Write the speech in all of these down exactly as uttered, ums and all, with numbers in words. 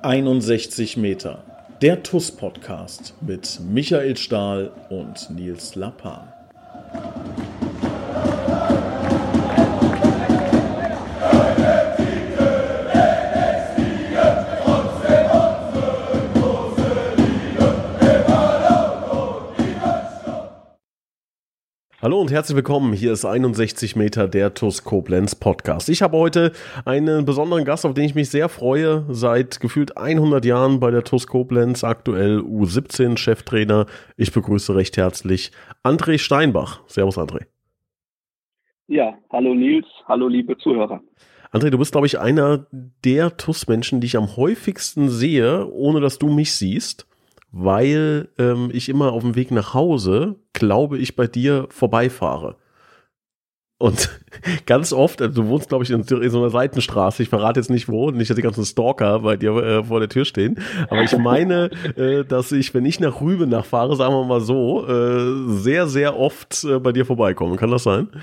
einundsechzig Meter, der T U S-Podcast mit Michael Stahl und Nils Lappan. Hallo und herzlich willkommen, hier ist einundsechzig Meter, der T U S Koblenz Podcast. Ich habe heute einen besonderen Gast, auf den ich mich sehr freue, seit gefühlt hundert Jahren bei der T U S Koblenz, aktuell U siebzehn Cheftrainer. Ich begrüße recht herzlich André Steinbach. Servus André. Ja, hallo Nils, hallo liebe Zuhörer. André, du bist, glaube ich, einer der T U S-Menschen, die ich am häufigsten sehe, ohne dass du mich siehst. Weil ähm, ich immer auf dem Weg nach Hause, glaube ich, bei dir vorbeifahre. Und ganz oft, also du wohnst, glaube ich, in, in so einer Seitenstraße, ich verrate jetzt nicht wo, nicht, dass die ganzen Stalker bei dir äh, vor der Tür stehen, aber ich meine, äh, dass ich, wenn ich nach Rübenach fahre, sagen wir mal so, äh, sehr, sehr oft äh, bei dir vorbeikomme. Kann das sein?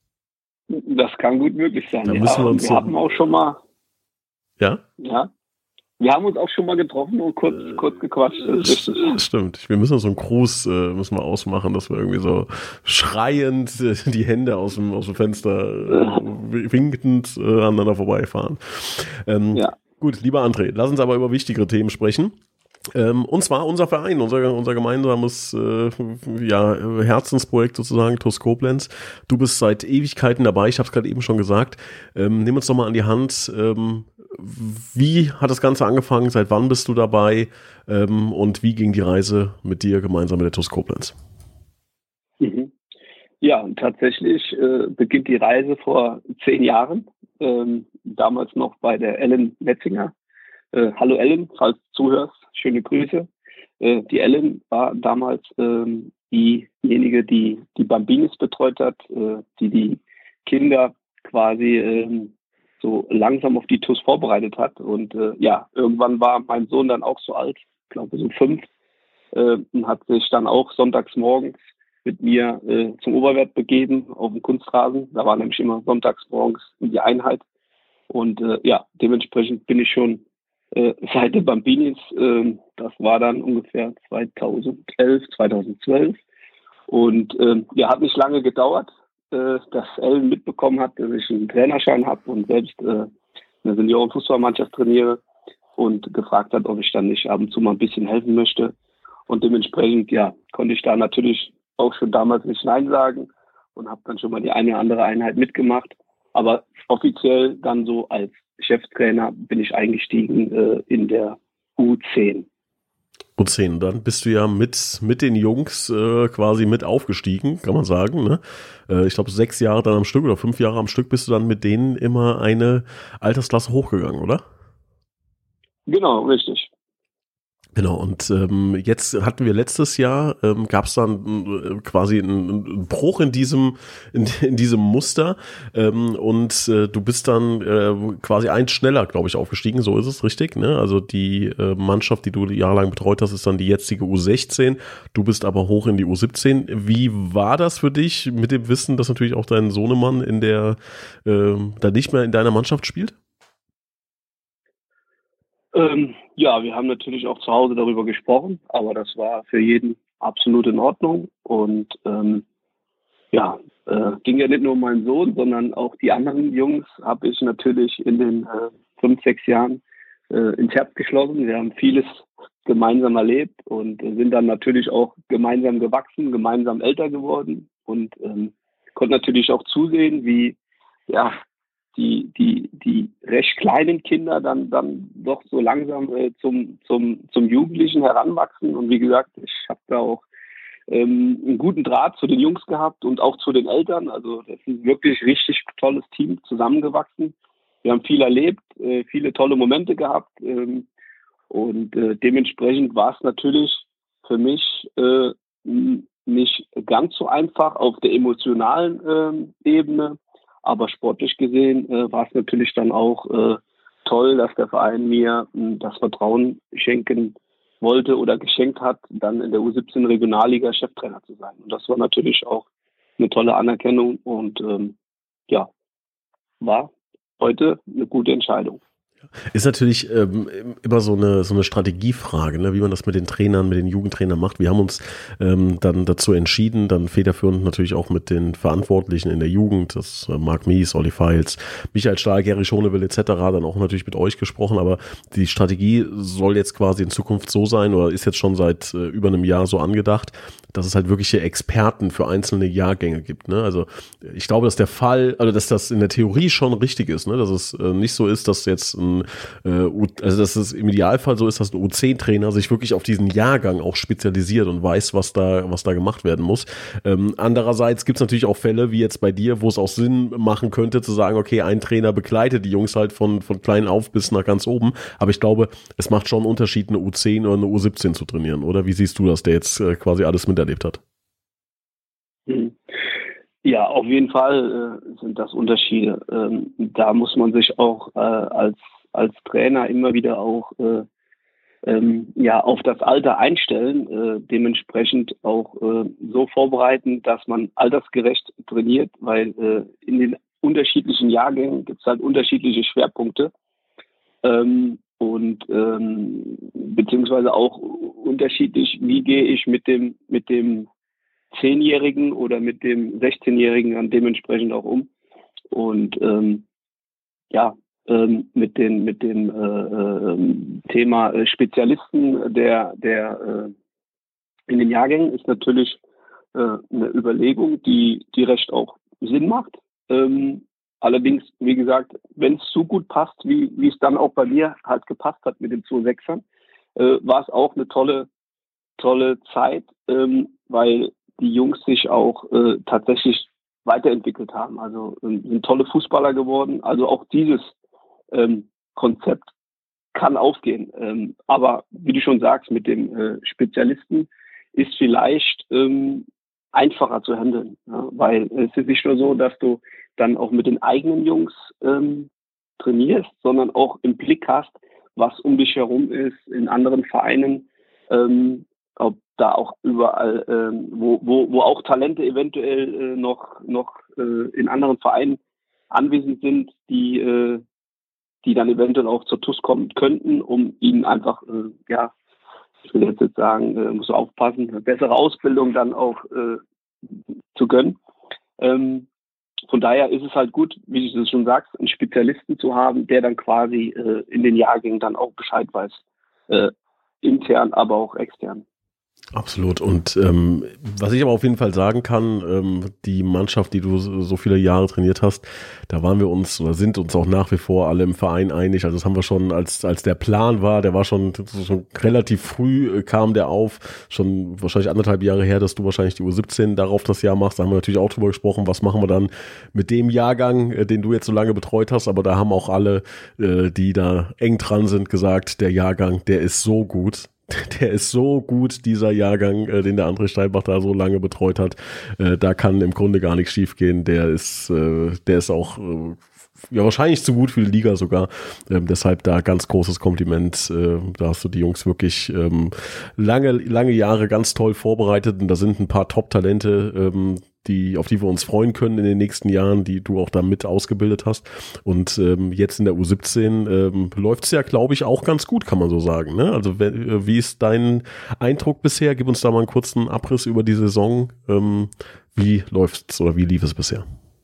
Das kann gut möglich sein. Da ja. müssen wir uns wir so haben auch schon mal... Ja? Ja. Wir haben uns auch schon mal getroffen und kurz, äh, kurz gequatscht. Das ist Stimmt. Wir müssen so einen Gruß äh, müssen wir ausmachen, dass wir irgendwie so schreiend äh, die Hände aus dem, aus dem Fenster äh, winkend äh, aneinander vorbeifahren. Ähm, ja. Gut, lieber André, lass uns aber über wichtigere Themen sprechen. Ähm, und zwar unser Verein, unser, unser gemeinsames äh, ja, Herzensprojekt sozusagen, T U S Koblenz. Du bist seit Ewigkeiten dabei, ich habe es gerade eben schon gesagt. Ähm, nimm uns doch mal an die Hand. Ähm, wie hat das Ganze angefangen? Seit wann bist du dabei? Ähm, und wie ging die Reise mit dir gemeinsam mit der T U S Koblenz? Mhm. Ja, und tatsächlich äh, beginnt die Reise vor zehn Jahren. Ähm, damals noch bei der Ellen Metzinger. Äh, hallo Ellen, falls du zuhörst, schöne Grüße. Äh, die Ellen war damals ähm, diejenige, die die Bambinis betreut hat, äh, die die Kinder quasi ähm, so langsam auf die T U S vorbereitet hat. Und äh, ja, irgendwann war mein Sohn dann auch so alt, ich glaube so fünf, äh, und hat sich dann auch sonntags morgens mit mir äh, zum Oberwert begeben auf dem Kunstrasen. Da war nämlich immer sonntags morgens die Einheit. Und äh, ja, dementsprechend bin ich schon äh, seit der Bambinis, äh, das war dann ungefähr zweitausendelf, zweitausendzwölf. Und äh, ja, hat nicht lange gedauert, äh, dass Ellen mitbekommen hat, dass ich einen Trainerschein habe und selbst äh, eine Seniorenfußballmannschaft trainiere und gefragt hat, ob ich dann nicht ab und zu mal ein bisschen helfen möchte. Und dementsprechend, ja, konnte ich da natürlich auch schon damals nicht Nein sagen und habe dann schon mal die eine oder andere Einheit mitgemacht. Aber offiziell dann so als Cheftrainer bin ich eingestiegen äh, in der U zehn. U zehn, dann bist du ja mit, mit den Jungs äh, quasi mit aufgestiegen, kann man sagen. Ne? Äh, ich glaube, sechs Jahre dann am Stück oder fünf Jahre am Stück bist du dann mit denen immer eine Altersklasse hochgegangen, oder? Genau, richtig. Genau, und ähm, jetzt hatten wir letztes Jahr, ähm, gab es dann äh, quasi einen, einen Bruch in diesem in, in diesem Muster ähm, und äh, du bist dann äh, quasi eins schneller, glaube ich, aufgestiegen, so ist es richtig, ne? Also die äh, Mannschaft, die du jahrelang betreut hast, ist dann die jetzige U sechzehn, du bist aber hoch in die U siebzehn. Wie war das für dich mit dem Wissen, dass natürlich auch dein Sohnemann in der äh, da nicht mehr in deiner Mannschaft spielt? Ähm, ja, wir haben natürlich auch zu Hause darüber gesprochen, aber das war für jeden absolut in Ordnung. Und ähm, ja, äh, ging ja nicht nur um meinen Sohn, sondern auch die anderen Jungs habe ich natürlich in den äh, fünf, sechs Jahren äh, ins Herz geschlossen. Wir haben vieles gemeinsam erlebt und äh, sind dann natürlich auch gemeinsam gewachsen, gemeinsam älter geworden und ähm, konnten natürlich auch zusehen, wie ja die, die, die recht kleinen Kinder dann, dann doch so langsam äh, zum, zum, zum Jugendlichen heranwachsen. Und wie gesagt, ich habe da auch ähm, einen guten Draht zu den Jungs gehabt und auch zu den Eltern. Also das ist ein wirklich richtig tolles Team zusammengewachsen. Wir haben viel erlebt, äh, viele tolle Momente gehabt. Ähm, und äh, dementsprechend war es natürlich für mich äh, nicht ganz so einfach auf der emotionalen äh, Ebene. Aber sportlich gesehen äh, war es natürlich dann auch äh, toll, dass der Verein mir äh, das Vertrauen schenken wollte oder geschenkt hat, dann in der U siebzehn Regionalliga Cheftrainer zu sein. Und das war natürlich auch eine tolle Anerkennung und ähm, ja, war heute eine gute Entscheidung. Ist natürlich ähm, immer so eine, so eine Strategiefrage, ne, wie man das mit den Trainern, mit den Jugendtrainern macht. Wir haben uns ähm, dann dazu entschieden, dann federführend natürlich auch mit den Verantwortlichen in der Jugend, das äh, Marc Mies, Olli Feils, Michael Stahl, Gary Schonewell et cetera, dann auch natürlich mit euch gesprochen, aber die Strategie soll jetzt quasi in Zukunft so sein oder ist jetzt schon seit äh, über einem Jahr so angedacht, dass es halt wirkliche Experten für einzelne Jahrgänge gibt. Ne? Also ich glaube, dass der Fall, also dass das in der Theorie schon richtig ist, ne? Dass es äh, nicht so ist, dass jetzt ein, äh, also dass es im Idealfall so ist, dass ein U zehn Trainer sich wirklich auf diesen Jahrgang auch spezialisiert und weiß, was da, was da gemacht werden muss. Ähm, andererseits gibt es natürlich auch Fälle, wie jetzt bei dir, wo es auch Sinn machen könnte, zu sagen, okay, ein Trainer begleitet die Jungs halt von, von klein auf bis nach ganz oben. Aber ich glaube, es macht schon einen Unterschied, eine U zehn oder eine U siebzehn zu trainieren, oder? Wie siehst du das, der jetzt äh, quasi alles miterlebt hat? Ja, auf jeden Fall äh, sind das Unterschiede. Ähm, da muss man sich auch äh, als, als Trainer immer wieder auch äh, ähm, ja, auf das Alter einstellen, äh, dementsprechend auch äh, so vorbereiten, dass man altersgerecht trainiert, weil äh, in den unterschiedlichen Jahrgängen gibt es halt unterschiedliche Schwerpunkte. Ähm, und ähm, beziehungsweise auch unterschiedlich, wie gehe ich mit dem, mit dem Zehnjährigen oder mit dem sechzehnjährigen dann dementsprechend auch um. Und ähm, ja, ähm, mit den mit dem äh, äh, Thema äh, Spezialisten der der äh, in den Jahrgängen ist natürlich äh, eine Überlegung, die die recht auch Sinn macht. Ähm, allerdings, wie gesagt, wenn es so gut passt, wie wie es dann auch bei mir halt gepasst hat mit den zwei Sechsern, äh, war es auch eine tolle tolle Zeit, ähm, weil die Jungs sich auch äh, tatsächlich weiterentwickelt haben. Also ähm, sind tolle Fußballer geworden. Also auch dieses ähm, Konzept kann aufgehen. Ähm, aber wie du schon sagst, mit dem äh, Spezialisten ist vielleicht ähm, einfacher zu handeln. Ja? Weil es ist nicht nur so, dass du dann auch mit den eigenen Jungs ähm, trainierst, sondern auch im Blick hast, was um dich herum ist, in anderen Vereinen, ähm, ob da auch überall, ähm, wo, wo, wo auch Talente eventuell äh, noch, noch äh, in anderen Vereinen anwesend sind, die, äh, die dann eventuell auch zur T U S kommen könnten, um ihnen einfach, äh, ja, ich will jetzt, jetzt sagen, äh, muss aufpassen, eine bessere Ausbildung dann auch äh, zu gönnen. Ähm, von daher ist es halt gut, wie du es schon sagst, einen Spezialisten zu haben, der dann quasi äh, in den Jahrgängen dann auch Bescheid weiß, äh, intern, aber auch extern. Absolut. Und ähm, was ich aber auf jeden Fall sagen kann, ähm, die Mannschaft, die du so viele Jahre trainiert hast, da waren wir uns oder sind uns auch nach wie vor alle im Verein einig. Also das haben wir schon, als als der Plan war, der war schon, schon relativ früh, äh, kam der auf, schon wahrscheinlich anderthalb Jahre her, dass du wahrscheinlich die U siebzehn darauf das Jahr machst. Da haben wir natürlich auch drüber gesprochen, was machen wir dann mit dem Jahrgang, äh, den du jetzt so lange betreut hast. Aber da haben auch alle, äh, die da eng dran sind, gesagt, der Jahrgang, der ist so gut. Der ist so gut, dieser Jahrgang, äh, den der André Steinbach da so lange betreut hat. Äh, da kann im Grunde gar nichts schiefgehen. Der ist, äh, der ist auch äh, ja wahrscheinlich zu gut für die Liga sogar. Ähm, deshalb da ganz großes Kompliment. Äh, da hast du die Jungs wirklich ähm, lange, lange Jahre ganz toll vorbereitet. Und da sind ein paar Top-Talente, ähm, die, auf die wir uns freuen können in den nächsten Jahren, die du auch da mit ausgebildet hast. Und ähm, jetzt in der U siebzehn ähm, läuft es ja, glaube ich, auch ganz gut, kann man so sagen. Ne? Also wenn, wie ist dein Eindruck bisher? Gib uns da mal einen kurzen Abriss über die Saison. Ähm, wie läuft's oder wie lief es bisher?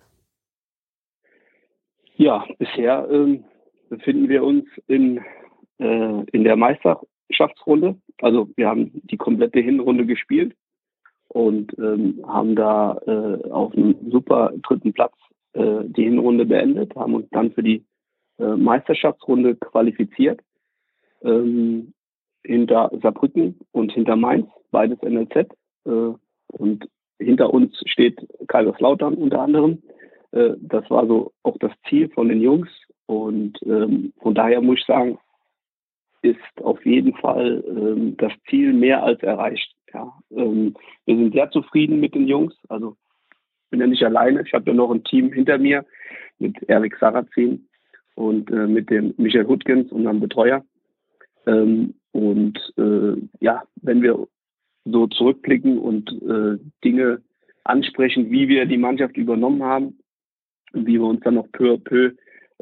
Ja, bisher ähm, befinden wir uns in, äh, in der Meisterschaftsrunde. Also wir haben die komplette Hinrunde gespielt und ähm, haben da äh, auf einem super dritten Platz äh, die Hinrunde beendet, haben uns dann für die äh, Meisterschaftsrunde qualifiziert, ähm, hinter Saarbrücken und hinter Mainz, beides N L Z. Äh, und hinter uns steht Kaiserslautern unter anderem. Äh, das war so auch das Ziel von den Jungs und ähm, von daher muss ich sagen, ist auf jeden Fall ähm, das Ziel mehr als erreicht. Ja, ähm, wir sind sehr zufrieden mit den Jungs. Also ich bin ja nicht alleine. Ich habe ja noch ein Team hinter mir mit Erik Sarrazin und äh, mit dem Michael Hutkens, unserem Betreuer. Ähm, und äh, ja, wenn wir so zurückblicken und äh, Dinge ansprechen, wie wir die Mannschaft übernommen haben, wie wir uns dann noch peu à peu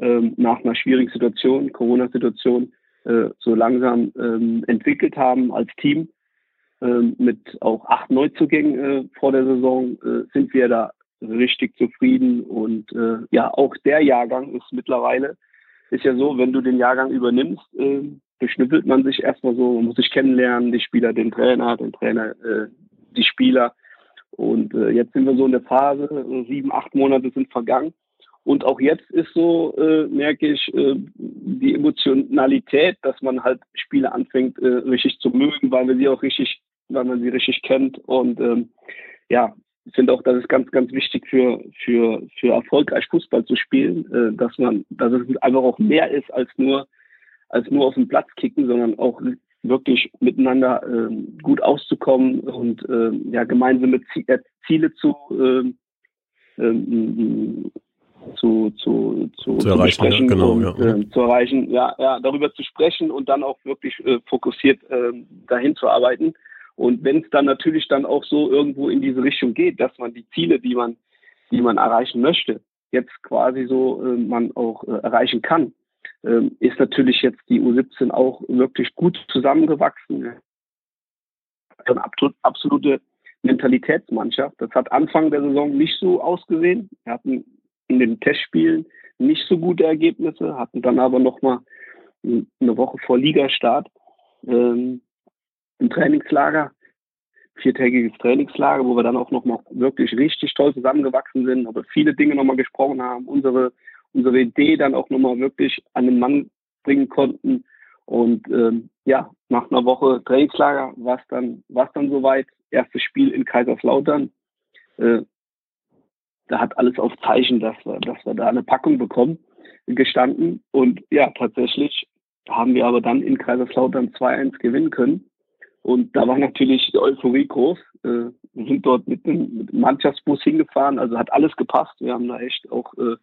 ähm, nach einer schwierigen Situation, Corona-Situation, äh, so langsam ähm, entwickelt haben als Team. Ähm, mit auch acht Neuzugängen äh, vor der Saison äh, sind wir da richtig zufrieden. Und äh, ja, auch der Jahrgang ist mittlerweile, ist ja so, wenn du den Jahrgang übernimmst, äh, beschnüffelt man sich erstmal so, man muss sich kennenlernen, die Spieler, den Trainer, den Trainer, äh, die Spieler. Und äh, jetzt sind wir so in der Phase, äh, sieben, acht Monate sind vergangen. Und auch jetzt ist so, äh, merke ich, äh, die Emotionalität, dass man halt Spiele anfängt, äh, richtig zu mögen, weil wir sie auch richtig, weil man sie richtig kennt. Und ähm, ja, ich finde auch, das ist ganz, ganz wichtig für, für, für erfolgreich Fußball zu spielen, äh, dass man, dass es einfach auch mehr ist als nur, als nur auf den Platz kicken, sondern auch wirklich miteinander äh, gut auszukommen und äh, ja, gemeinsame Ziele zu, äh, äh, zu, zu, zu, zu erreichen, besprechen ja, genau, und ja. äh, zu erreichen, ja, ja, darüber zu sprechen und dann auch wirklich äh, fokussiert äh, dahin zu arbeiten. Und wenn es dann natürlich dann auch so irgendwo in diese Richtung geht, dass man die Ziele, die man, die man erreichen möchte, jetzt quasi so äh, man auch äh, erreichen kann, äh, ist natürlich jetzt die U siebzehn auch wirklich gut zusammengewachsen. Eine absolute Mentalitätsmannschaft. Das hat Anfang der Saison nicht so ausgesehen. Wir hatten in den Testspielen nicht so gute Ergebnisse, hatten dann aber nochmal eine Woche vor Ligastart ähm, ein Trainingslager, viertägiges Trainingslager, wo wir dann auch nochmal wirklich richtig toll zusammengewachsen sind, aber viele Dinge nochmal gesprochen haben, unsere, unsere Idee dann auch nochmal wirklich an den Mann bringen konnten. Und ähm, ja, nach einer Woche Trainingslager war es dann, war es dann soweit. Erstes Spiel in Kaiserslautern. Äh, da hat alles auf Zeichen, dass wir, dass wir da eine Packung bekommen, gestanden. Und ja, tatsächlich haben wir aber dann in Kaiserslautern zwei eins gewinnen können. Und da war natürlich die Euphorie groß. Äh, wir sind dort mit dem, mit dem Mannschaftsbus hingefahren, also hat alles gepasst. Wir haben da echt auch äh,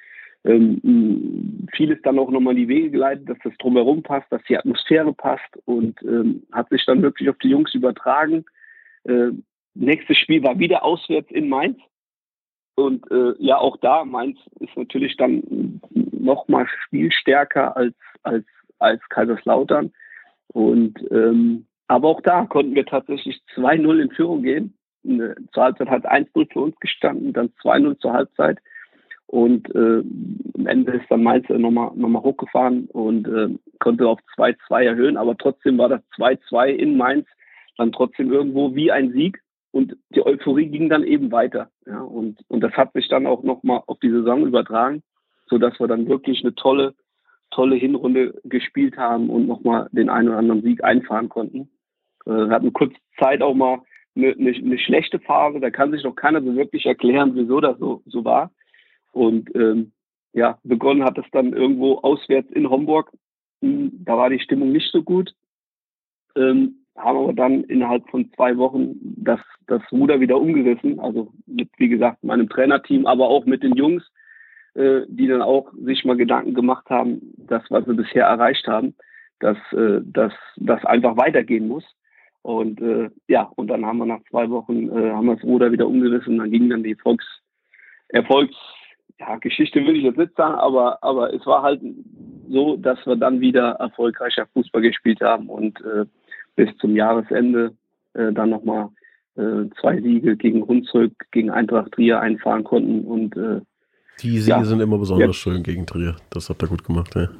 ähm, vieles dann auch nochmal in die Wege geleitet, dass das drumherum passt, dass die Atmosphäre passt und ähm, hat sich dann wirklich auf die Jungs übertragen. Äh, nächstes Spiel war wieder auswärts in Mainz. Und äh, ja, auch da, Mainz ist natürlich dann nochmal spielstärker als, als, als Kaiserslautern. Und ähm, aber auch da konnten wir tatsächlich zwei null in Führung gehen. Zur Halbzeit hat eins null für uns gestanden, dann zwei null zur Halbzeit. Und äh, am Ende ist dann Mainz nochmal noch mal hochgefahren und äh, konnte auf zwei zwei erhöhen. Aber trotzdem war das zwei zwei in Mainz dann trotzdem irgendwo wie ein Sieg. Und die Euphorie ging dann eben weiter. Ja, und, und das hat sich dann auch nochmal auf die Saison übertragen, sodass wir dann wirklich eine tolle, tolle Hinrunde gespielt haben und nochmal den einen oder anderen Sieg einfahren konnten. Wir hatten kurz Zeit auch mal eine, eine, eine schlechte Phase, da kann sich noch keiner so wirklich erklären, wieso das so, so war. Und ähm, ja, begonnen hat es dann irgendwo auswärts in Homburg. Da war die Stimmung nicht so gut. Ähm, haben aber dann innerhalb von zwei Wochen das, das Ruder wieder umgerissen. Also mit, wie gesagt, meinem Trainerteam, aber auch mit den Jungs, äh, die dann auch sich mal Gedanken gemacht haben, das, was wir bisher erreicht haben, dass äh, das einfach weitergehen muss. Und äh, ja, und dann haben wir nach zwei Wochen äh, haben wir das Ruder wieder umgerissen. Dann ging dann die Volks Erfolgs ja, Geschichte will ich jetzt nicht sagen, aber aber es war halt so, dass wir dann wieder erfolgreicher Fußball gespielt haben und äh, bis zum Jahresende äh, dann nochmal äh, zwei Siege gegen Hunsrück, gegen Eintracht Trier einfahren konnten. Und äh, die Siege ja, sind immer besonders jetzt schön gegen Trier. Das habt ihr gut gemacht, ja.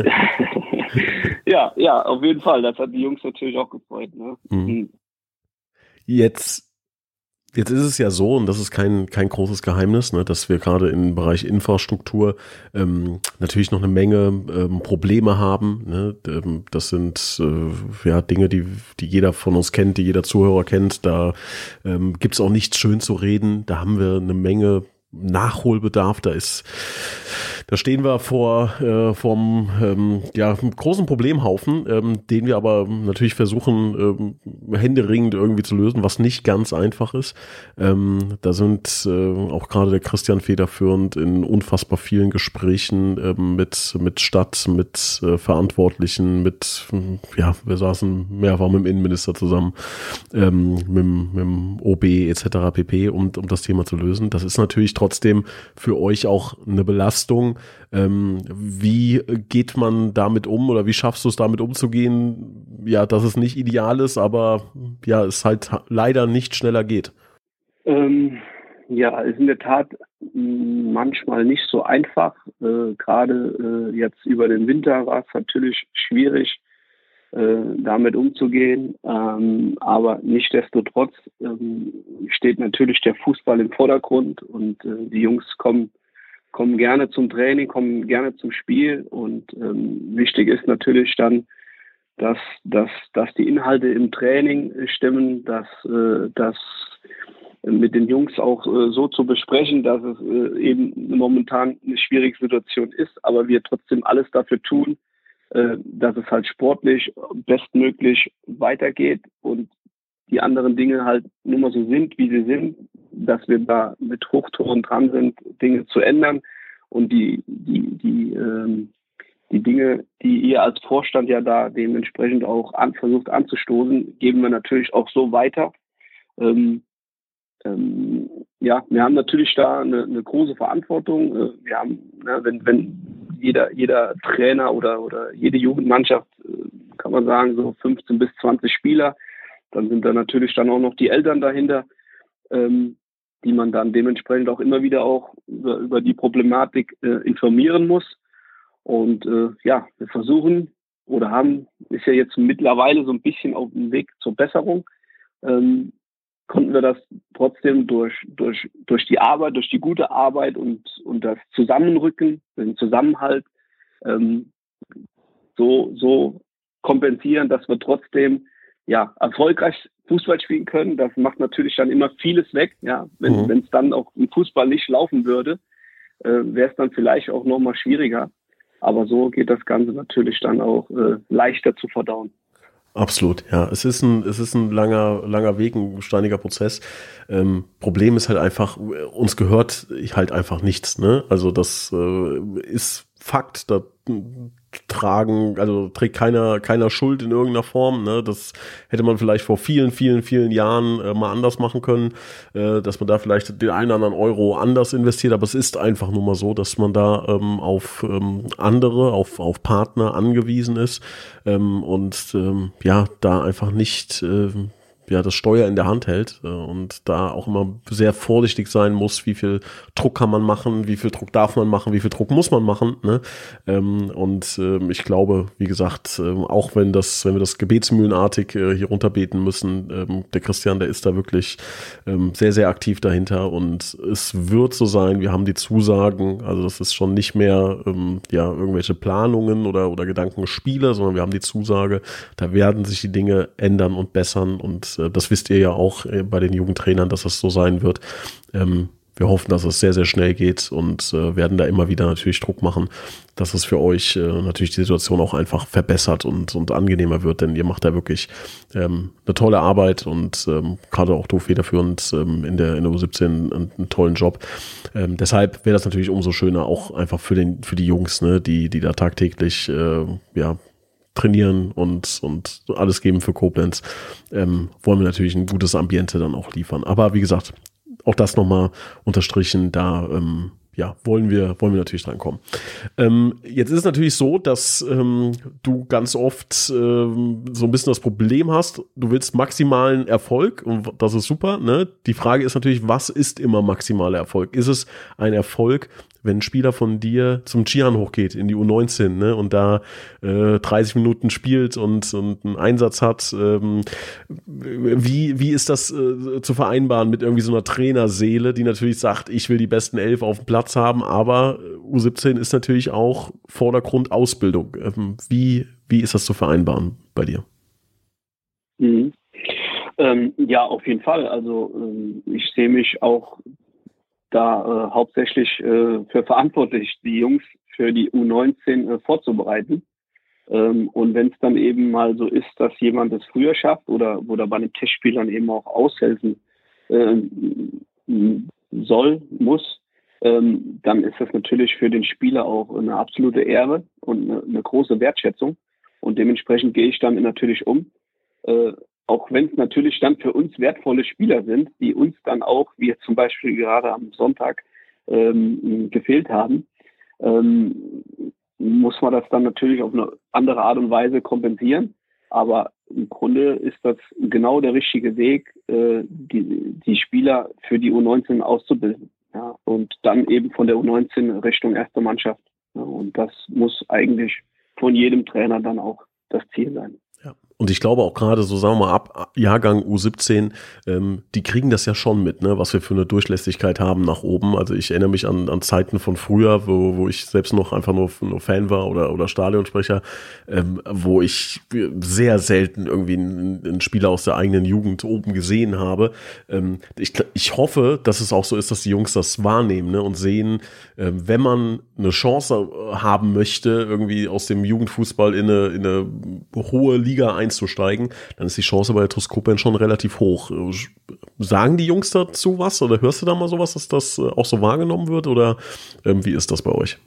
ja, ja, auf jeden Fall. Das hat die Jungs natürlich auch gefreut. Ne? Mhm. Jetzt Jetzt ist es ja so, und das ist kein, kein großes Geheimnis, ne, dass wir gerade im Bereich Infrastruktur ähm, natürlich noch eine Menge ähm, Probleme haben. Ne? Ähm, das sind äh, ja Dinge, die, die jeder von uns kennt, die jeder Zuhörer kennt. Da ähm, gibt's auch nichts schön zu reden. Da haben wir eine Menge Nachholbedarf. Da ist, da stehen wir vor äh, vom ähm, ja großen Problemhaufen, ähm, den wir aber natürlich versuchen ähm, händeringend irgendwie zu lösen, was nicht ganz einfach ist. Ähm, da sind äh, auch gerade der Christian federführend in unfassbar vielen Gesprächen ähm, mit mit Stadt, mit äh, Verantwortlichen, mit ja wir saßen mehrfach mit dem Innenminister zusammen, ähm, mit, mit dem O B et cetera pp. Um, um das Thema zu lösen. Das ist natürlich trotzdem für euch auch eine Belastung, Ähm, wie geht man damit um oder wie schaffst du es damit umzugehen? Ja, dass es nicht ideal ist, aber ja, es halt leider nicht schneller geht. Ähm, ja, ist in der Tat mh, manchmal nicht so einfach. Äh, Gerade äh, jetzt über den Winter war es natürlich schwierig, äh, damit umzugehen. Ähm, aber nichtsdestotrotz ähm, steht natürlich der Fußball im Vordergrund und äh, die Jungs kommen, kommen gerne zum Training, kommen gerne zum Spiel. Und ähm, wichtig ist natürlich dann, dass, dass, dass die Inhalte im Training stimmen, dass, äh, dass mit den Jungs auch äh, so zu besprechen, dass es äh, eben momentan eine schwierige Situation ist, aber wir trotzdem alles dafür tun, äh, dass es halt sportlich bestmöglich weitergeht und die anderen Dinge halt nur mal so sind, wie sie sind, dass wir da mit Hochtouren dran sind, Dinge zu ändern und die, die, die, ähm, die Dinge, die ihr als Vorstand ja da dementsprechend auch an, versucht anzustoßen, geben wir natürlich auch so weiter. Ähm, Ähm, ja, wir haben natürlich da eine, eine große Verantwortung. Wir haben, ne, wenn, wenn jeder, jeder Trainer oder, oder jede Jugendmannschaft, kann man sagen, so fünfzehn bis zwanzig Spieler, dann sind da natürlich dann auch noch die Eltern dahinter, ähm, die man dann dementsprechend auch immer wieder auch über, über die Problematik äh, informieren muss. Und äh, ja, wir versuchen oder haben, ist ja jetzt mittlerweile so ein bisschen auf dem Weg zur Besserung. Ähm, konnten wir das trotzdem durch, durch, durch die Arbeit, durch die gute Arbeit und, und das Zusammenrücken, den Zusammenhalt ähm, so, so kompensieren, dass wir trotzdem ja, erfolgreich Fußball spielen können. Das macht natürlich dann immer vieles weg. Ja, wenn mhm. es dann auch im Fußball nicht laufen würde, äh, wäre es dann vielleicht auch nochmal schwieriger. Aber so geht das Ganze natürlich dann auch äh, leichter zu verdauen. Absolut, ja. Es ist ein, es ist ein langer, langer Weg, ein steiniger Prozess. Ähm, Problem ist halt einfach, uns gehört halt einfach nichts, ne? Also das äh, ist Fakt, da tragen, also trägt keiner, keiner Schuld in irgendeiner Form, ne? Das hätte man vielleicht vor vielen, vielen, vielen Jahren äh, mal anders machen können, äh, dass man da vielleicht den einen oder anderen Euro anders investiert, aber es ist einfach nur mal so, dass man da ähm, auf ähm, andere, auf, auf Partner angewiesen ist ähm, und ähm, ja, da einfach nicht äh, ja, das Steuer in der Hand hält äh, und da auch immer sehr vorsichtig sein muss, wie viel Druck kann man machen, wie viel Druck darf man machen, wie viel Druck muss man machen, ne? Ähm, und ähm, ich glaube, wie gesagt, ähm, auch wenn das, wenn wir das gebetsmühlenartig äh, hier runterbeten müssen, ähm, der Christian, der ist da wirklich ähm, sehr, sehr aktiv dahinter und es wird so sein, wir haben die Zusagen, also das ist schon nicht mehr ähm, ja, irgendwelche Planungen oder, oder Gedankenspiele, sondern wir haben die Zusage, da werden sich die Dinge ändern und bessern und das wisst ihr ja auch bei den Jugendtrainern, dass das so sein wird. Ähm, wir hoffen, dass es sehr, sehr schnell geht und äh, werden da immer wieder natürlich Druck machen, dass es für euch äh, natürlich die Situation auch einfach verbessert und, und angenehmer wird, denn ihr macht da wirklich ähm, eine tolle Arbeit und ähm, gerade auch du federführend ähm, in der, in der U siebzehn einen, einen tollen Job. Ähm, deshalb wäre das natürlich umso schöner, auch einfach für den, für die Jungs, ne, die, die da tagtäglich äh, ja, trainieren und, und alles geben für Koblenz, ähm, wollen wir natürlich ein gutes Ambiente dann auch liefern. Aber wie gesagt, auch das nochmal unterstrichen, da ähm, ja, wollen wir, wollen wir natürlich dran kommen. Ähm, jetzt ist es natürlich so, dass ähm, du ganz oft ähm, so ein bisschen das Problem hast, du willst maximalen Erfolg und das ist super, ne? Die Frage ist natürlich, was ist immer maximaler Erfolg? Ist es ein Erfolg, wenn ein Spieler von dir zum Gian hochgeht in die U neunzehn, ne, und da äh, dreißig Minuten spielt und, und einen Einsatz hat, ähm, wie, wie ist das äh, zu vereinbaren mit irgendwie so einer Trainerseele, die natürlich sagt, ich will die besten elf auf dem Platz haben, aber U siebzehn ist natürlich auch Vordergrund Ausbildung. Ähm, wie, wie ist das zu vereinbaren bei dir? Mhm. Ähm, ja, auf jeden Fall. Also ähm, ich sehe mich auch da äh, hauptsächlich äh, für verantwortlich, die Jungs für die U neunzehn äh, vorzubereiten. Ähm, und wenn es dann eben mal so ist, dass jemand es früher schafft oder, oder bei den Testspielern eben auch aushelfen äh, soll, muss, ähm, dann ist das natürlich für den Spieler auch eine absolute Ehre und eine, eine große Wertschätzung. Und dementsprechend gehe ich damit natürlich um. Äh, Auch wenn es natürlich dann für uns wertvolle Spieler sind, die uns dann auch, wie zum Beispiel gerade am Sonntag, ähm, gefehlt haben. ähm, muss man das dann natürlich auf eine andere Art und Weise kompensieren. Aber im Grunde ist das genau der richtige Weg, äh, die, die Spieler für die U neunzehn auszubilden. Ja, und dann eben von der U neunzehn Richtung erste Mannschaft. Ja, und das muss eigentlich von jedem Trainer dann auch das Ziel sein. Ja. Und ich glaube auch gerade so, sagen wir mal, ab Jahrgang U siebzehn, ähm, die kriegen das ja schon mit, ne, was wir für eine Durchlässigkeit haben nach oben. Also ich erinnere mich an, an Zeiten von früher, wo, wo ich selbst noch einfach nur, nur Fan war oder, oder Stadionsprecher, ähm, wo ich sehr selten irgendwie einen, einen Spieler aus der eigenen Jugend oben gesehen habe. Ähm, ich, ich hoffe, dass es auch so ist, dass die Jungs das wahrnehmen, ne, und sehen, äh, wenn man eine Chance haben möchte, irgendwie aus dem Jugendfußball in eine, in eine hohe Liga einzusteigen, dann ist die Chance bei der TuS Koblenz schon relativ hoch. Sagen die Jungs dazu was oder hörst du da mal sowas, dass das auch so wahrgenommen wird oder ähm, wie ist das bei euch?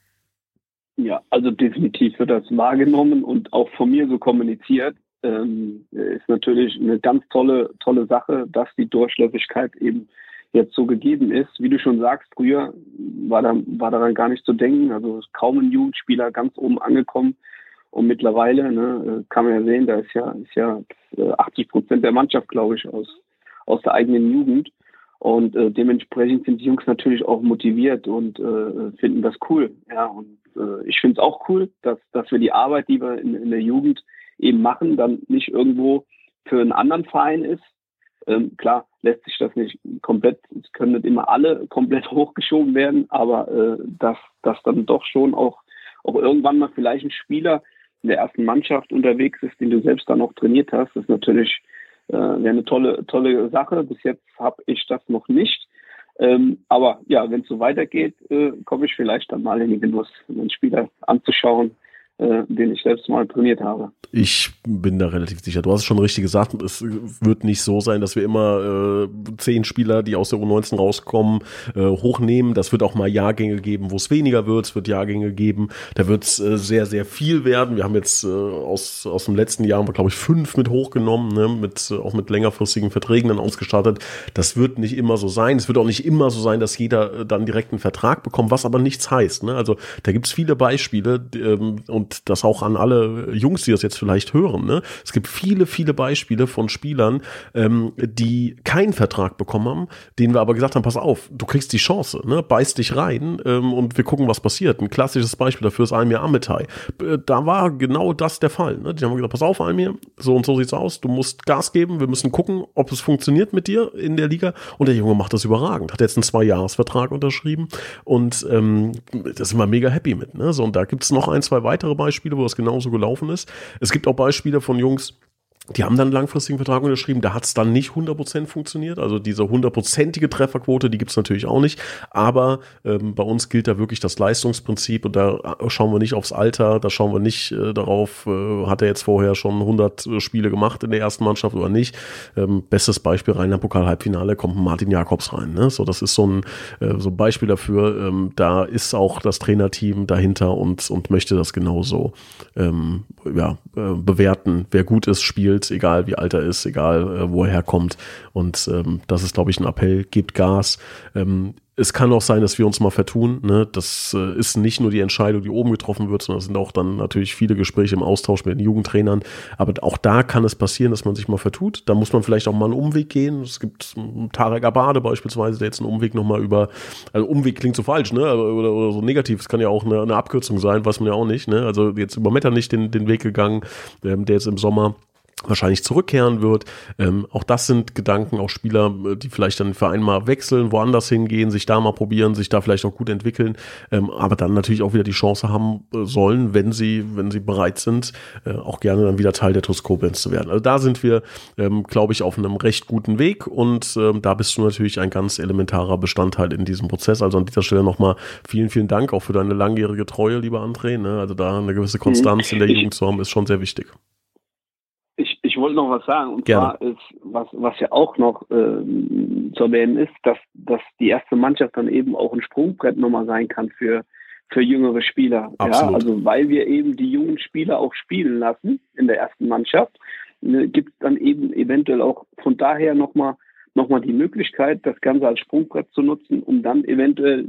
Ja, also definitiv wird das wahrgenommen und auch von mir so kommuniziert. Ähm, ist natürlich eine ganz tolle, tolle Sache, dass die Durchlässigkeit eben jetzt so gegeben ist. Wie du schon sagst, früher war, da, war daran gar nicht zu denken. Also ist kaum ein Jugendspieler ganz oben angekommen. Und mittlerweile, ne, kann man ja sehen, da ist ja, ist ja achtzig Prozent der Mannschaft, glaube ich, aus, aus der eigenen Jugend. Und äh, dementsprechend sind die Jungs natürlich auch motiviert und äh, finden das cool. Ja, und äh, ich finde es auch cool, dass, dass wir die Arbeit, die wir in, in der Jugend eben machen, dann nicht irgendwo für einen anderen Verein ist. Ähm, klar, lässt sich das nicht komplett, es können nicht immer alle komplett hochgeschoben werden, aber äh, dass, dass dann doch schon auch, auch irgendwann mal vielleicht ein Spieler in der ersten Mannschaft unterwegs ist, den du selbst dann auch trainiert hast, das ist natürlich äh, eine tolle, tolle Sache. Bis jetzt habe ich das noch nicht. Ähm, aber ja, wenn es so weitergeht, äh, komme ich vielleicht dann mal in den Genuss, einen Spieler anzuschauen, äh, den ich selbst mal trainiert habe. Ich bin da relativ sicher. Du hast es schon richtig gesagt, es wird nicht so sein, dass wir immer äh, zehn Spieler, die aus der U neunzehn rauskommen, äh, hochnehmen. Das wird auch mal Jahrgänge geben, wo es weniger wird. Es wird Jahrgänge geben, da wird es äh, sehr, sehr viel werden. Wir haben jetzt äh, aus, aus dem letzten Jahr, glaube ich, fünf mit hochgenommen, ne? mit, äh, auch mit längerfristigen Verträgen dann ausgestattet. Das wird nicht immer so sein. Es wird auch nicht immer so sein, dass jeder äh, dann direkt einen Vertrag bekommt, was aber nichts heißt. Ne? Also da gibt es viele Beispiele ähm, und das auch an alle Jungs, die das jetzt vielleicht hören. Ne? Es gibt viele, viele Beispiele von Spielern, ähm, die keinen Vertrag bekommen haben, denen wir aber gesagt haben, pass auf, du kriegst die Chance, ne? Beiß dich rein ähm, und wir gucken, was passiert. Ein klassisches Beispiel dafür ist Almir Ametai. Äh, da war genau das der Fall. Ne? Die haben gesagt, pass auf, Almir, so und so sieht's aus, du musst Gas geben, wir müssen gucken, ob es funktioniert mit dir in der Liga und der Junge macht das überragend. Hat jetzt einen Zwei-Jahres-Vertrag unterschrieben und ähm, da sind wir mega happy mit. Ne? So, und da gibt's noch ein, zwei weitere Beispiele, wo das genauso gelaufen ist. Es gibt auch Beispiele von Jungs, die haben dann einen langfristigen Vertrag unterschrieben, da hat es dann nicht hundert Prozent funktioniert, also diese hundertprozentige Trefferquote, die gibt es natürlich auch nicht, aber ähm, bei uns gilt da wirklich das Leistungsprinzip und da schauen wir nicht aufs Alter, da schauen wir nicht äh, darauf, äh, hat er jetzt vorher schon hundert Spiele gemacht in der ersten Mannschaft oder nicht. Ähm, bestes Beispiel, Rheinland-Pokal-Halbfinale, kommt Martin Jakobs rein, ne? So, das ist so ein, äh, so ein Beispiel dafür, ähm, da ist auch das Trainerteam dahinter und, und möchte das genauso ähm, ja, äh, bewerten, wer gut ist, spielt, egal wie alt er ist, egal äh, wo er herkommt. Und ähm, das ist, glaube ich, ein Appell, gebt Gas. Ähm, es kann auch sein, dass wir uns mal vertun. Ne? Das äh, ist nicht nur die Entscheidung, die oben getroffen wird, sondern es sind auch dann natürlich viele Gespräche im Austausch mit den Jugendtrainern. Aber auch da kann es passieren, dass man sich mal vertut. Da muss man vielleicht auch mal einen Umweg gehen. Es gibt um, Tarek Abade beispielsweise, der jetzt einen Umweg nochmal über, also Umweg klingt so falsch, ne? Oder, oder so negativ. Es kann ja auch eine, eine Abkürzung sein, weiß man ja auch nicht. Ne? Also jetzt über Metternich den, den Weg gegangen, ähm, der jetzt im Sommer wahrscheinlich zurückkehren wird. Ähm, auch das sind Gedanken, auch Spieler, die vielleicht dann für einmal wechseln, woanders hingehen, sich da mal probieren, sich da vielleicht auch gut entwickeln, ähm, aber dann natürlich auch wieder die Chance haben sollen, wenn sie, wenn sie bereit sind, äh, auch gerne dann wieder Teil der TuS Koblenz zu werden. Also da sind wir, ähm, glaube ich, auf einem recht guten Weg und ähm, da bist du natürlich ein ganz elementarer Bestandteil in diesem Prozess. Also an dieser Stelle nochmal vielen, vielen Dank auch für deine langjährige Treue, lieber André. Ne? Also da eine gewisse Konstanz in der Jugend zu haben, ist schon sehr wichtig. Ich, ich wollte noch was sagen, und Gerne. zwar ist, was, was ja auch noch äh, zu erwähnen ist, dass, dass die erste Mannschaft dann eben auch ein Sprungbrett nochmal sein kann für, für jüngere Spieler. Absolut. Ja, also weil wir eben die jungen Spieler auch spielen lassen in der ersten Mannschaft, ne, gibt es dann eben eventuell auch von daher nochmal noch mal die Möglichkeit, das Ganze als Sprungbrett zu nutzen, um dann eventuell, wie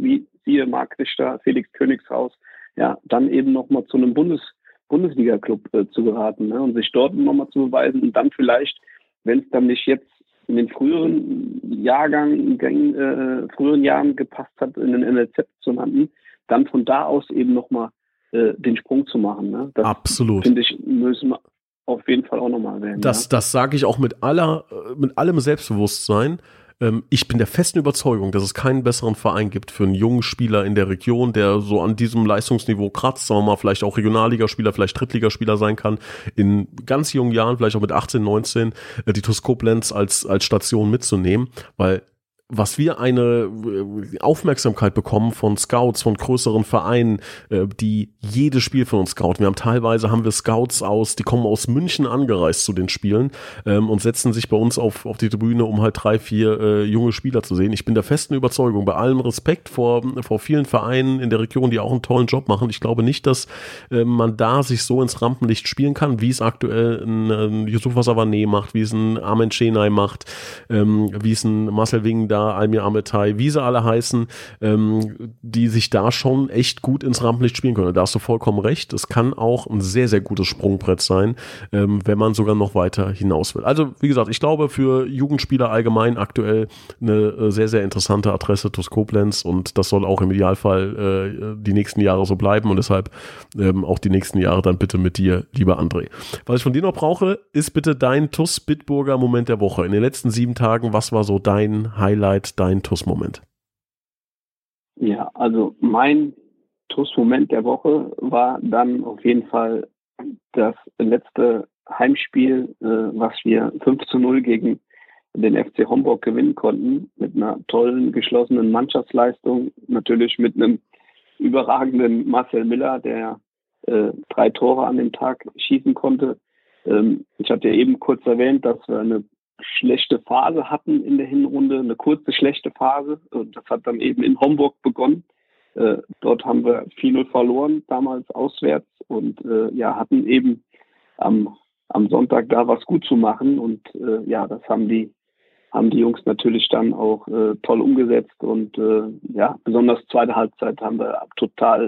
siehe Marc Richter, Felix Königshaus, ja, dann eben nochmal zu einem Bundes, Bundesliga-Club äh, zu geraten, ne, und sich dort nochmal zu beweisen und dann vielleicht, wenn es dann nicht jetzt in den früheren Jahrgang, äh, früheren Jahren gepasst hat, in den N L Z zu landen, dann von da aus eben nochmal äh, den Sprung zu machen. Ne? Das, absolut. Finde ich, müssen wir auf jeden Fall auch nochmal erwähnen. Das, ja? das sage ich auch mit aller, mit allem Selbstbewusstsein. Ich bin der festen Überzeugung, dass es keinen besseren Verein gibt für einen jungen Spieler in der Region, der so an diesem Leistungsniveau kratzt, sagen wir mal, vielleicht auch Regionalligaspieler, vielleicht Drittligaspieler sein kann, in ganz jungen Jahren, vielleicht auch mit achtzehn, neunzehn, die TuS Koblenz als, als Station mitzunehmen, weil was wir eine Aufmerksamkeit bekommen von Scouts, von größeren Vereinen, die jedes Spiel von uns scouten. Wir haben teilweise haben wir Scouts aus, die kommen aus München angereist zu den Spielen ähm, und setzen sich bei uns auf, auf die Tribüne, um halt drei, vier äh, junge Spieler zu sehen. Ich bin der festen Überzeugung, bei allem Respekt vor, vor vielen Vereinen in der Region, die auch einen tollen Job machen. Ich glaube nicht, dass äh, man da sich so ins Rampenlicht spielen kann, wie es aktuell ein, ein Yusufa Savané macht, wie es ein Armen Chenay macht, ähm, wie es ein Marcel Wing da, Almir Ametai, wie sie alle heißen, ähm, die sich da schon echt gut ins Rampenlicht spielen können. Da hast du vollkommen recht. Es kann auch ein sehr, sehr gutes Sprungbrett sein, ähm, wenn man sogar noch weiter hinaus will. Also, wie gesagt, ich glaube, für Jugendspieler allgemein aktuell eine sehr, sehr interessante Adresse TuS Koblenz und das soll auch im Idealfall äh, die nächsten Jahre so bleiben und deshalb ähm, auch die nächsten Jahre dann bitte mit dir, lieber André. Was ich von dir noch brauche, ist bitte dein TuS Bitburger Moment der Woche. In den letzten sieben Tagen, was war so dein Highlight, dein TuS-Moment? Ja, also mein TuS-Moment der Woche war dann auf jeden Fall das letzte Heimspiel, äh, was wir fünf zu null gegen den F C Homburg gewinnen konnten, mit einer tollen, geschlossenen Mannschaftsleistung, natürlich mit einem überragenden Marcel Miller, der äh, drei Tore an dem Tag schießen konnte. Ähm, ich hatte ja eben kurz erwähnt, dass wir eine schlechte Phase hatten in der Hinrunde, eine kurze schlechte Phase. Das hat dann eben in Homburg begonnen. Äh, dort haben wir vier null verloren, damals auswärts und äh, ja, hatten eben am, am Sonntag da was gut zu machen und äh, ja, das haben die haben die Jungs natürlich dann auch äh, toll umgesetzt und äh, ja, besonders zweite Halbzeit haben wir total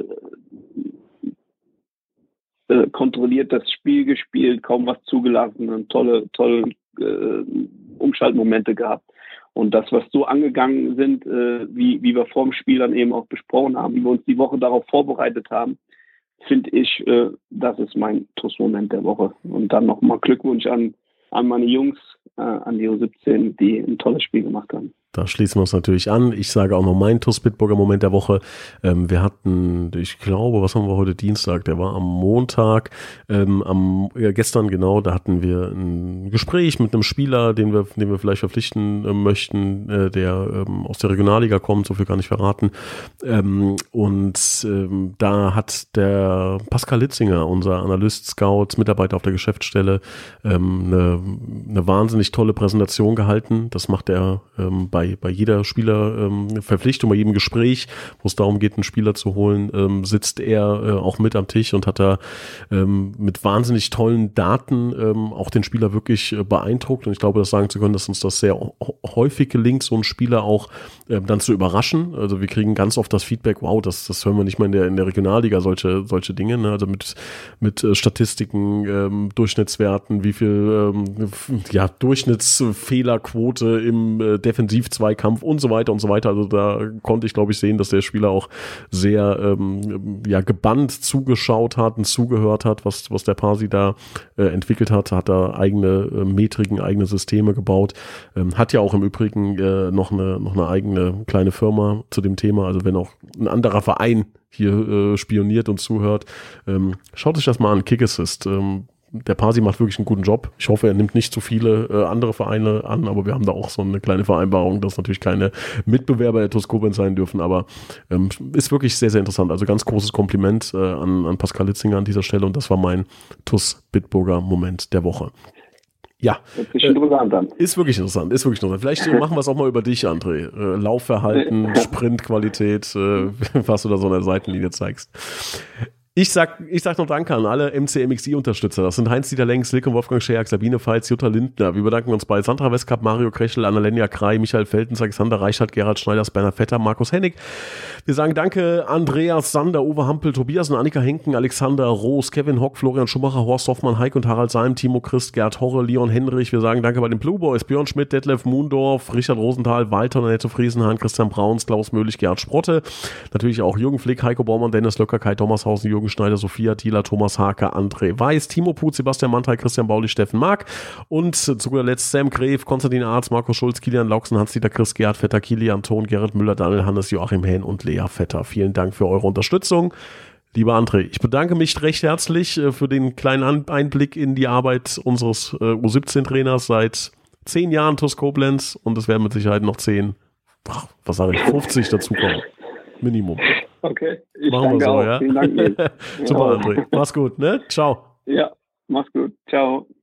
äh, kontrolliert das Spiel gespielt, kaum was zugelassen und tolle, tolle äh, Umschaltmomente gehabt. Und das, was so angegangen sind, äh, wie, wie wir vor dem Spiel dann eben auch besprochen haben, wie wir uns die Woche darauf vorbereitet haben, finde ich, äh, das ist mein TuS-Moment der Woche. Und dann nochmal Glückwunsch an, an meine Jungs, äh, an die U siebzehn, die ein tolles Spiel gemacht haben. Da schließen wir uns natürlich an. Ich sage auch noch meinen TuS Bitburger Moment der Woche. Ähm, wir hatten, ich glaube, was haben wir heute Dienstag? Der war am Montag, ähm, am ja, gestern genau. Da hatten wir ein Gespräch mit einem Spieler, den wir, den wir vielleicht verpflichten äh, möchten, äh, der ähm, aus der Regionalliga kommt. So viel kann ich verraten. Ähm, und ähm, da hat der Pascal Litzinger, unser Analyst, Scout, Mitarbeiter auf der Geschäftsstelle, ähm, eine, eine wahnsinnig tolle Präsentation gehalten. Das macht er ähm, bei bei jeder Spielerverpflichtung, ähm, bei jedem Gespräch, wo es darum geht, einen Spieler zu holen, ähm, sitzt er äh, auch mit am Tisch und hat da ähm, mit wahnsinnig tollen Daten ähm, auch den Spieler wirklich äh, beeindruckt. Und ich glaube, das sagen zu können, dass uns das sehr häufig gelingt, so einen Spieler auch äh, dann zu überraschen. Also wir kriegen ganz oft das Feedback, wow, das, das hören wir nicht mal in der, in der Regionalliga, solche, solche Dinge, ne? Also mit, mit äh, Statistiken, ähm, Durchschnittswerten, wie viel ähm, ja, Durchschnittsfehlerquote im äh, Defensiv Zweikampf und so weiter und so weiter. Also da konnte ich, glaube ich, sehen, dass der Spieler auch sehr ähm, ja, gebannt zugeschaut hat und zugehört hat, was, was der Pasi da äh, entwickelt hat. Hat da eigene äh, Metriken, eigene Systeme gebaut. Ähm, hat ja auch im Übrigen äh, noch, eine, noch eine eigene kleine Firma zu dem Thema. Also wenn auch ein anderer Verein hier äh, spioniert und zuhört, ähm, schaut euch das mal an. Kick Assist. Ähm, Der Pasi macht wirklich einen guten Job. Ich hoffe, er nimmt nicht zu viele äh, andere Vereine an, aber wir haben da auch so eine kleine Vereinbarung, dass natürlich keine Mitbewerber der TuS Koblenz sein dürfen, aber ähm, ist wirklich sehr, sehr interessant. Also ganz großes Kompliment äh, an, an Pascal Litzinger an dieser Stelle und das war mein TuS Bitburger Moment der Woche. Ja, ist interessant dann. Ist wirklich interessant, ist wirklich interessant. Vielleicht machen wir es auch mal über dich, André. Äh, Laufverhalten, Sprintqualität, äh, was du da so an der Seitenlinie zeigst. Ich sag, ich sag noch Danke an alle M C M X I-Unterstützer. Das sind Heinz-Dieter Lenk, Slick und Wolfgang Scherk, Sabine Pfalz, Jutta Lindner. Wir bedanken uns bei Sandra Westkamp, Mario Krechel, Annalena Krei, Michael Feltens, Alexander Reichert, Gerhard Schneiders, Bernhard Vetter, Markus Hennig. Wir sagen Danke Andreas Sander, Uwe Hampel, Tobias und Annika Henken, Alexander Roos, Kevin Hock, Florian Schumacher, Horst Hoffmann, Heik und Harald Seim, Timo Christ, Gerd Horre, Leon Henrich. Wir sagen Danke bei den Blue Boys, Björn Schmidt, Detlef Mundorf, Richard Rosenthal, Walter, Annette Friesenhahn, Christian Brauns, Klaus Möhlich, Gerhard Sprotte. Natürlich auch Jürgen Flick, Heiko Baumann, Dennis Löcker, Kai Thomashausen, Jürgen Schneider, Sophia Thieler, Thomas Hake, André Weiß, Timo Put, Sebastian Mantai, Christian Baulich, Steffen Mark und zu guter Letzt Sam Gref, Konstantin Arz, Markus Schulz, Kilian Lauksen, Hans-Dieter Chris, Gerhard Vetter, Kilian Thon, Gerrit Müller, Daniel Hannes, Joachim Hähn und Lea Vetter. Vielen Dank für eure Unterstützung. Lieber André, ich bedanke mich recht herzlich für den kleinen Einblick in die Arbeit unseres U siebzehn Trainers seit zehn Jahren T U S Koblenz und es werden mit Sicherheit noch zehn, ach, was sage ich, fünfzig dazukommen. Minimum. Okay, ich Machen danke wir so, auch. Ja? Vielen Dank. Super, André. Mach's gut, ne? Ciao. Ja, mach's gut. Ciao.